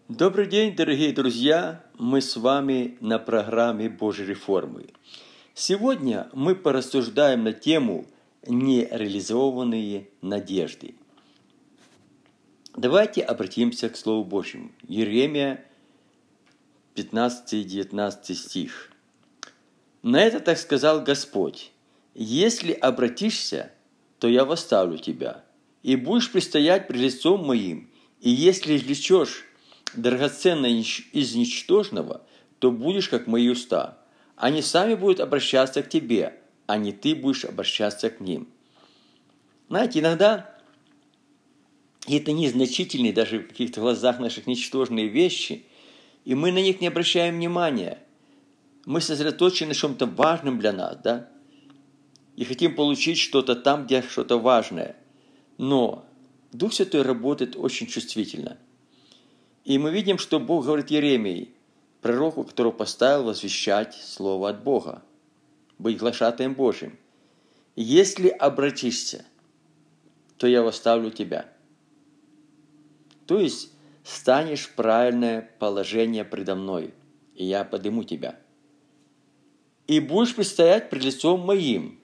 Добрый день, дорогие друзья! Мы с вами на программе Божьей реформы. Сегодня мы порассуждаем на тему нереализованные надежды. Давайте обратимся к Слову Божьему. Иеремия 15-19 стих. На это так сказал Господь: «Если обратишься, то я восставлю тебя, и будешь предстоять пред лицом моим, и если извлечешь драгоценное из ничтожного, то будешь как мои уста. Они сами будут обращаться к тебе, а не ты будешь обращаться к ним». Знаете, иногда это незначительные даже в каких-то глазах наших ничтожные вещи, и мы на них не обращаем внимания. Мы сосредоточены на чем-то важном для нас, да? И хотим получить что-то там, где что-то важное. Но Дух Святой работает очень чувствительно. И мы видим, что Бог говорит Иеремии, пророку, которого поставил возвещать Слово от Бога, быть глашатаем Божьим. «Если обратишься, то я восставлю тебя». То есть, станешь в правильное положение предо мной, и я подниму тебя. И будешь предстоять пред лицом моим.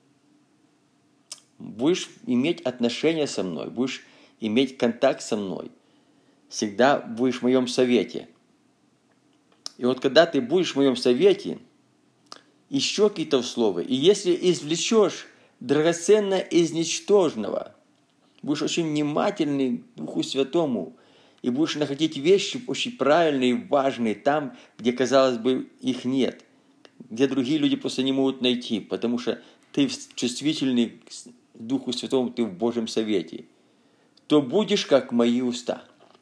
Будешь иметь отношения со мной, будешь иметь контакт со мной. Всегда будешь в моем совете. И вот когда ты будешь в моем совете, еще какие-то условия, и если извлечешь драгоценное из ничтожного, будешь очень внимательный к Духу Святому, и будешь находить вещи очень правильные, важные там, где, казалось бы, их нет, где другие люди просто не могут найти, потому что ты чувствительный к Духу Святому, ты в Божьем совете, то будешь как мои уста.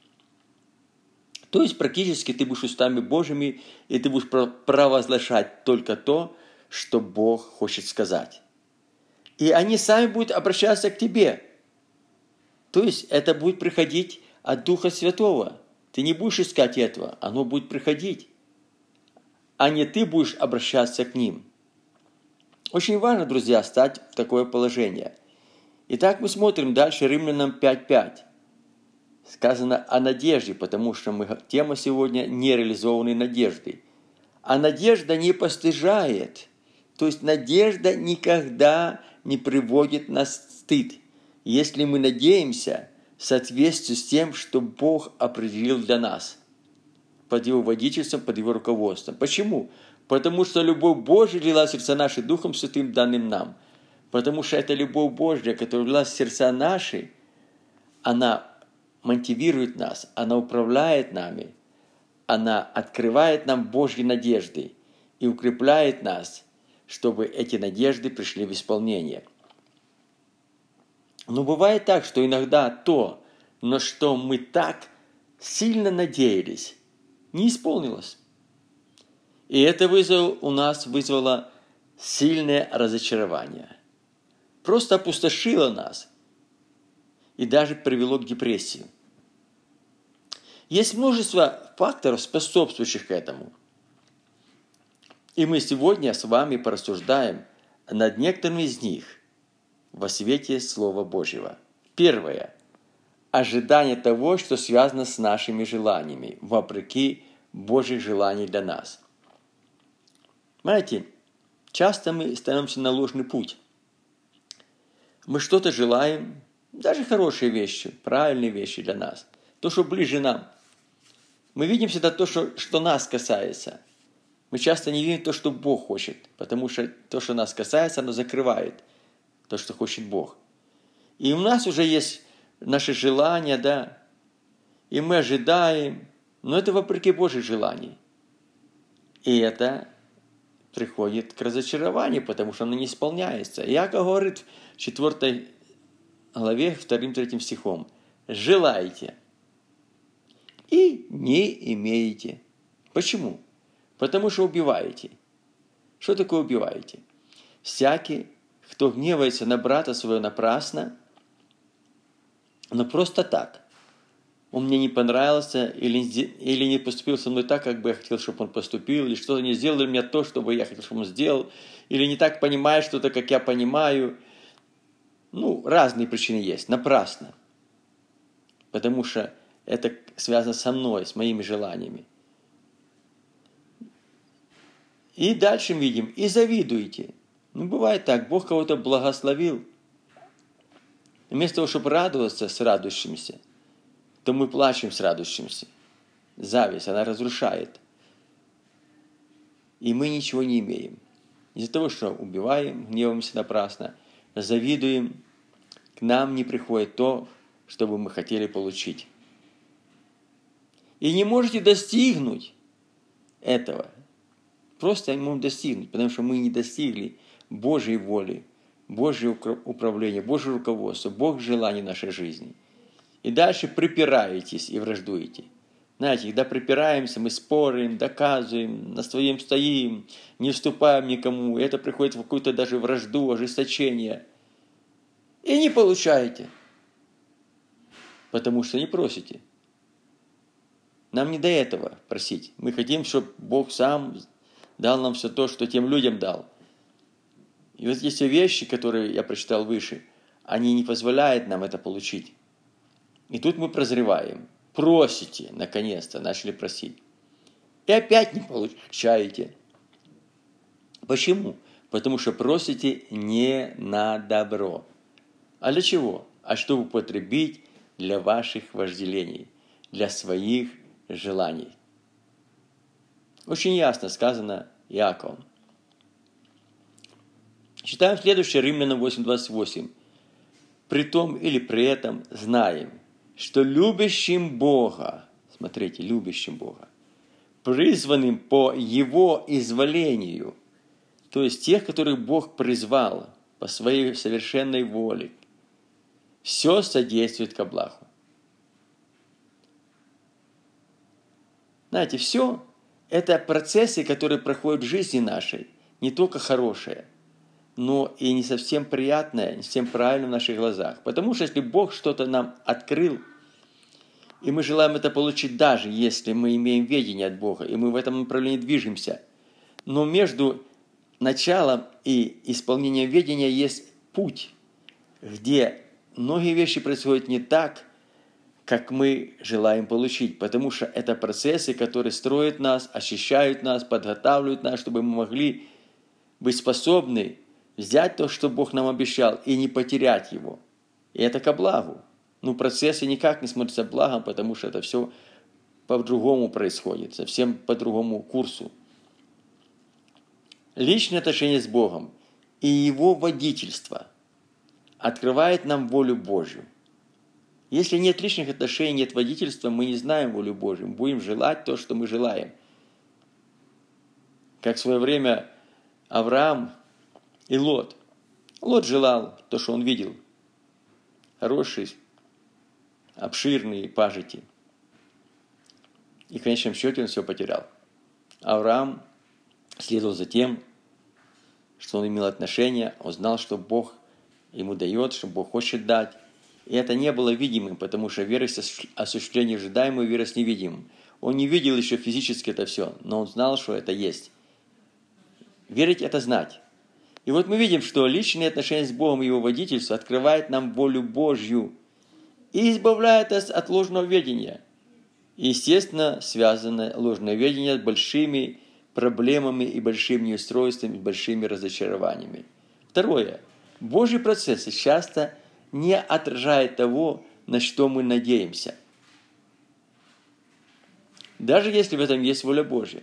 То есть практически ты будешь устами Божьими, и ты будешь провозглашать только то, что Бог хочет сказать. И они сами будут обращаться к тебе. То есть это будет приходить от Духа Святого. Ты не будешь искать этого, оно будет приходить. А не ты будешь обращаться к ним. Очень важно, друзья, стать в такое положение. Итак, мы смотрим дальше Римлянам 5:5. Сказано о надежде, потому что тема сегодня нереализованной надежды. А надежда не постыжает. То есть надежда никогда не приводит нас в стыд, если мы надеемся в соответствии с тем, что Бог определил для нас, под Его водительством, под Его руководством. Почему? Потому что любовь Божия лилась в сердца наши Духом Святым, данным нам. Потому что эта любовь Божья, которая лилась в сердца наши, она мотивирует нас, она управляет нами, она открывает нам Божьи надежды и укрепляет нас, чтобы эти надежды пришли в исполнение. Но бывает так, что иногда то, на что мы так сильно надеялись, не исполнилось. И это вызвало сильное разочарование. Просто опустошило нас и даже привело к депрессии. Есть множество факторов, способствующих этому. И мы сегодня с вами порассуждаем над некоторыми из них во свете Слова Божьего. Первое. Ожидание того, что связано с нашими желаниями, вопреки Божьих желаний для нас. Знаете, часто мы становимся на ложный путь. Мы что-то желаем, даже хорошие вещи, правильные вещи для нас, то, что ближе нам. Мы видим всегда то, что нас касается. Мы часто не видим то, что Бог хочет, потому что то, что нас касается, оно закрывает то, что хочет Бог. И у нас уже есть наши желания, да, и мы ожидаем, но это вопреки Божьих желаний. И это приходит к разочарованию, потому что оно не исполняется. Иаков говорит в 4 главе 2-3 стихом: «Желаете и не имеете». Почему? Потому что убиваете. Что такое убиваете? Всякий, кто гневается на брата своего напрасно, но просто так. Он мне не понравился, или не поступил со мной так, как бы я хотел, чтобы он поступил, или что-то не сделал для меня то, чтобы я хотел, чтобы он сделал, или не так понимает что-то, как я понимаю. Разные причины есть. Напрасно. Потому что Это связано со мной, с моими желаниями. И дальше видим, и завидуете. Бывает так, Бог кого-то благословил. Вместо того, чтобы радоваться с радующимся, то мы плачем с радующимся. Зависть, она разрушает. И мы ничего не имеем. Из-за того, что убиваем, гневаемся напрасно, завидуем, к нам не приходит то, что бы мы хотели получить. И не можете достигнуть этого. Просто не можем достигнуть, потому что мы не достигли Божьей воли, Божьего управления, Божьего руководства, Бог желаний нашей жизни. И дальше припираетесь и враждуете. Знаете, когда припираемся, мы спорим, доказываем, на своем стоим, не уступаем никому. И это приходит в какую-то даже вражду, ожесточение. И не получаете. Потому что не просите. Нам не до этого просить. Мы хотим, чтобы Бог сам дал нам все то, что тем людям дал. И вот эти все вещи, которые я прочитал выше, они не позволяют нам это получить. И тут мы прозреваем. Просите, наконец-то, начали просить. И опять не получаете. Почему? Потому что просите не на добро. А для чего? А чтобы употребить для ваших вожделений, для своих желаний. Очень ясно сказано Иаковом. Читаем следующее, Римлянам 8:28. Притом или при этом знаем, что любящим Бога, смотрите, любящим Бога, призванным по Его изволению, то есть тех, которых Бог призвал по своей совершенной воле, все содействует ко благу. Знаете, все это процессы, которые проходят в жизни нашей, не только хорошие, но и не совсем приятное, не совсем правильно в наших глазах. Потому что если Бог что-то нам открыл, и мы желаем это получить, даже если мы имеем ведение от Бога, и мы в этом направлении движемся, но между началом и исполнением ведения есть путь, где многие вещи происходят не так, как мы желаем получить, потому что это процессы, которые строят нас, очищают нас, подготавливают нас, чтобы мы могли быть способны взять то, что Бог нам обещал, и не потерять его. И это ко благу. Процессы никак не смотрятся благом, потому что это все по-другому происходит, совсем по другому курсу. Личные отношения с Богом и Его водительство открывает нам волю Божью. Если нет личных отношений, нет водительства, мы не знаем волю Божью, мы будем желать то, что мы желаем. Как в свое время Авраам и Лот. Лот желал то, что он видел. Хороший, обширные пажити. И в конечном счете он все потерял. Авраам следовал за тем, что он имел отношения, он знал, что Бог ему дает, что Бог хочет дать. И это не было видимым, потому что вера с осуществлением ожидаемого, вера с невидимым. Он не видел еще физически это все, но он знал, что это есть. Верить – это знать. И вот мы видим, что личные отношения с Богом и Его водительство открывает нам волю Божью и избавляет нас от ложного ведения. И, естественно, связано ложное ведение с большими проблемами и большими неустройствами, большими разочарованиями. Второе. Божьи процессы часто не отражают того, на что мы надеемся. Даже если в этом есть воля Божья.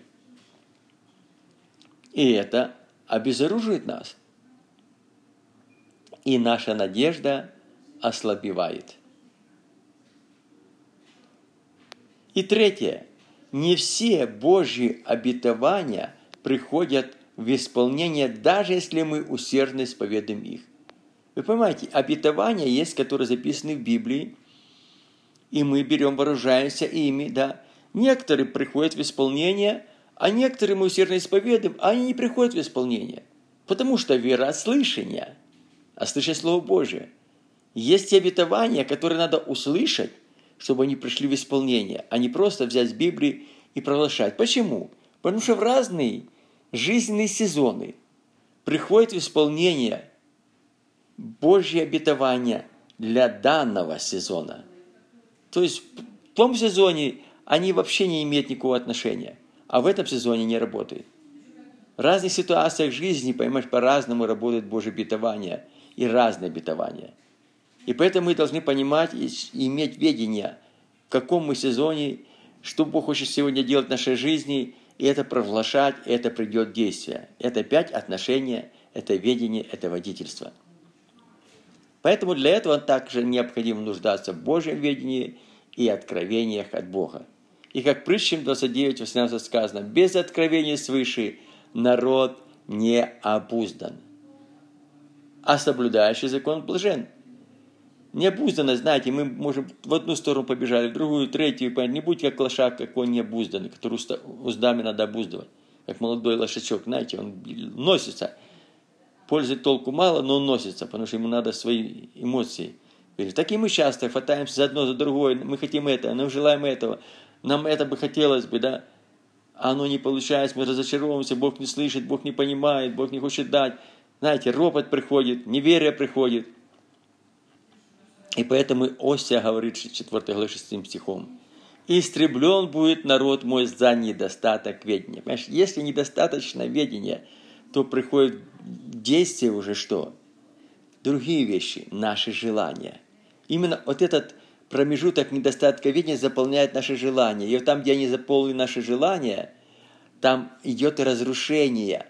И это обезоруживает нас. И наша надежда ослабевает. И третье. Не все Божьи обетования приходят в исполнение, даже если мы усердно исповедуем их. Вы понимаете, обетования есть, которые записаны в Библии, и мы берем, вооружаемся ими, да. Некоторые приходят в исполнение, а некоторые мы усердно исповедуем, а они не приходят в исполнение. Потому что вера от слышания, а слышать Слово Божие. Есть те обетования, которые надо услышать, чтобы они пришли в исполнение, а не просто взять с Библии и провозглашать. Почему? Потому что в разные жизненные сезоны приходит в исполнение Божье обетование для данного сезона. То есть В том сезоне они вообще не имеют никакого отношения, а в этом сезоне не работают. В разных ситуациях жизни, понимаешь, по-разному работает Божье обетование и разные обетования. И поэтому мы должны понимать и иметь ведение, в каком мы сезоне, что Бог хочет сегодня делать в нашей жизни, и это провозглашать, и это придет в действие. Это опять отношения, это ведение, это водительство. Поэтому для этого также необходимо нуждаться в Божьем ведении и откровениях от Бога. И как Притчам 29:18 сказано, без откровения свыше народ не обуздан, а соблюдающий закон блажен. Необузданность, знаете, мы можем в одну сторону побежали, в другую, в третью, не будь как лошак, какой необузданный, который уздами надо обуздывать, как молодой лошачок, знаете, он носится, пользы толку мало, но он носится, потому что ему надо свои эмоции. Так и мы часто хватаемся за одно, за другое, мы хотим это, мы желаем этого, нам это бы хотелось бы, да, а оно не получается, мы разочаровываемся, Бог не слышит, Бог не понимает, Бог не хочет дать. Знаете, ропот приходит, неверие приходит. И поэтому Осия говорит 4 главе 6 стихом. «Истреблен будет народ мой за недостаток ведения». Понимаешь, если недостаточно ведения, то приходит действие уже что? Другие вещи, наши желания. Именно вот этот промежуток недостатка ведения заполняет наши желания. И вот там, где они заполнили наши желания, там идет и разрушение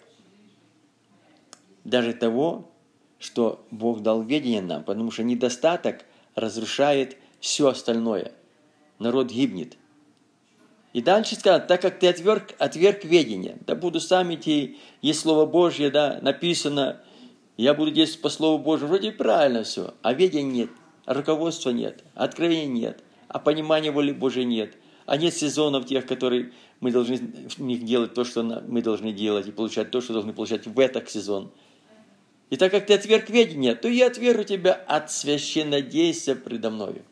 даже того, что Бог дал ведение нам, потому что недостаток разрушает все остальное. Народ гибнет. И дальше сказано, так как ты отверг ведение, да буду сам идти, есть Слово Божье, да, написано, я буду действовать по Слову Божьему, вроде и правильно все, а ведения нет, а руководства нет, а откровения нет, а понимания воли Божьей нет, а нет сезонов тех, которые мы должны в них делать то, что мы должны делать, и получать то, что должны получать в этот сезон. И так как ты отверг ведение, то я отвергну тебя от священнодействия предо мною.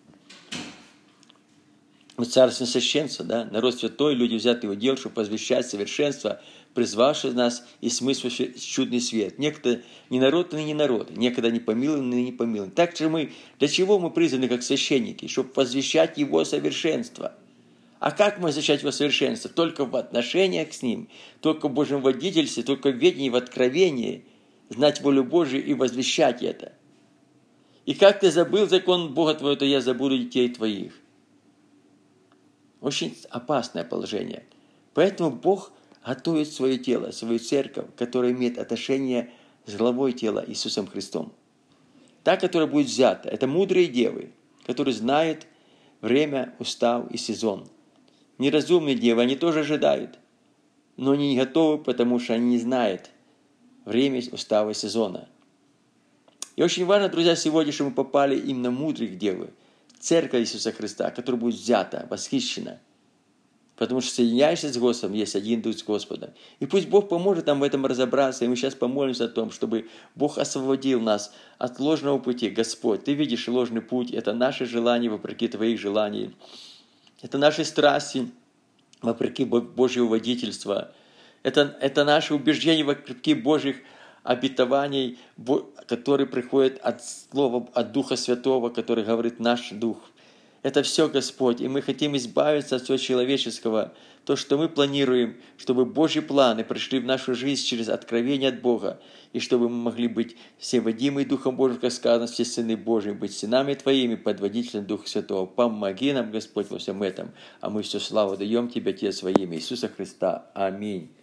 Мы царственное священство, да, народ святой, люди взятые удел, чтобы возвещать совершенство, призвавший нас и смысливший чудный свет. Некогда не народ, но и не народ, некогда не помилован, но и не помилован. Так же мы, для чего мы призваны как священники? Чтобы возвещать Его совершенство. А как мы возвещать Его совершенство? Только в отношениях с Ним, только в Божьем водительстве, только в ведении, в откровении, знать волю Божию и возвещать это. И как ты забыл закон Бога твоего, то я забуду детей твоих. Очень опасное положение. Поэтому Бог готовит свое тело, свою церковь, которая имеет отношение с главой тела Иисусом Христом. Та, которая будет взята, это мудрые девы, которые знают время, устав и сезон. Неразумные девы, они тоже ожидают, но они не готовы, потому что они не знают время, устава и сезона. И очень важно, друзья, сегодня, что мы попали именно в мудрых девы, Церковь Иисуса Христа, которая будет взята, восхищена. Потому что соединяешься с Господом, есть один Дух с Господом. И пусть Бог поможет нам в этом разобраться, и мы сейчас помолимся о том, чтобы Бог освободил нас от ложного пути. Господь, Ты видишь ложный путь, это наши желания вопреки Твоих желаний. Это наши страсти вопреки Божьего водительства. Это наши убеждения вопреки Божьих обетований, которые приходят от Слова, от Духа Святого, который говорит наш Дух. Это все, Господь, и мы хотим избавиться от всего человеческого, то, что мы планируем, чтобы Божьи планы пришли в нашу жизнь через откровение от Бога, и чтобы мы могли быть все водимые Духом Божьим, как сказано, все сыны Божьи, быть сынами Твоими, под водителем Духа Святого. Помоги нам, Господь, во всем этом, а мы всю славу даем Тебе, Отец, во имя Иисуса Христа. Аминь.